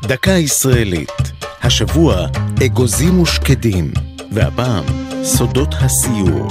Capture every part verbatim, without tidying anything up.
דקה ישראלית. השבוע אגוזים ושקדים, והפעם סודות הסיור.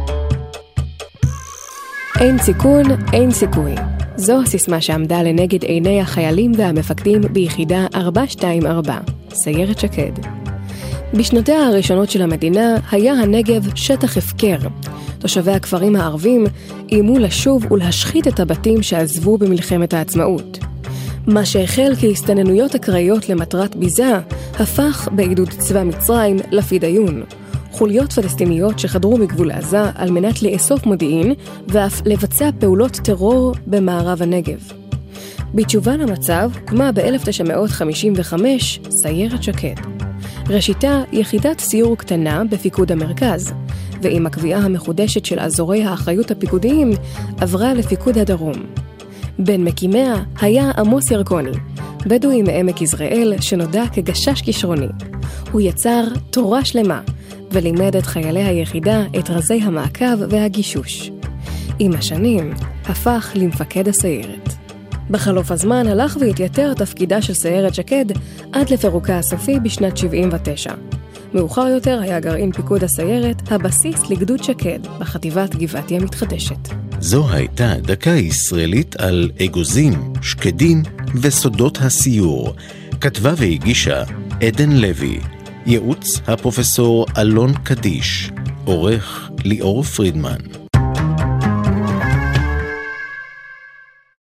אין סיכון, אין סיכוי. זו הסיסמה שעמדה לנגד עיני החיילים והמפקדים ביחידה ארבע שתיים ארבע, סיירת שקד. בשנותיה הראשונות של המדינה היה הנגב שטח הפקר. תושבי הכפרים הערבים איימו לשוב ולהשחית את הבתים שעזבו במלחמת העצמאות. מה שהחל כהסתננויות אקראיות למטרת ביזה, הפך בעידוד צבא מצרים לפידאיון. חוליות פלסטיניות שחדרו מגבול עזה על מנת לאסוף מודיעין ואף לבצע פעולות טרור במערב הנגב. בתשובה למצב, הוקמה ב-אלף תשע מאות חמישים וחמש סיירת שקד. ראשיתה יחידת סיור קטנה בפיקוד המרכז, ועם הקביעה המחודשת של אזורי האחריות הפיקודיים עברה לפיקוד הדרום. בין מקימיה היה עמוס ירקוני, בדואי מעמק יזרעאל שנודע כגשש כישרוני. הוא יצר תורה שלמה ולימד את חיילי היחידה את רזי המעקב והגישוש. עם השנים הפך למפקד הסיירת. בחלוף הזמן הלך והתייתר תפקידה של סיירת שקד עד לפירוקה הסופי בשנת שבעים ותשע. מאוחר יותר היה גרעין פיקוד הסיירת הבסיס לגדוד שקד בחטיבת גבעתי המתחדשת. זו הייתה דקה ישראלית על אגוזים, שקדים וסודות הסיור. כתבה והגישה עדן לוי. ייעוץ הפרופסור אלון קדיש. עורך ליאור פרידמן.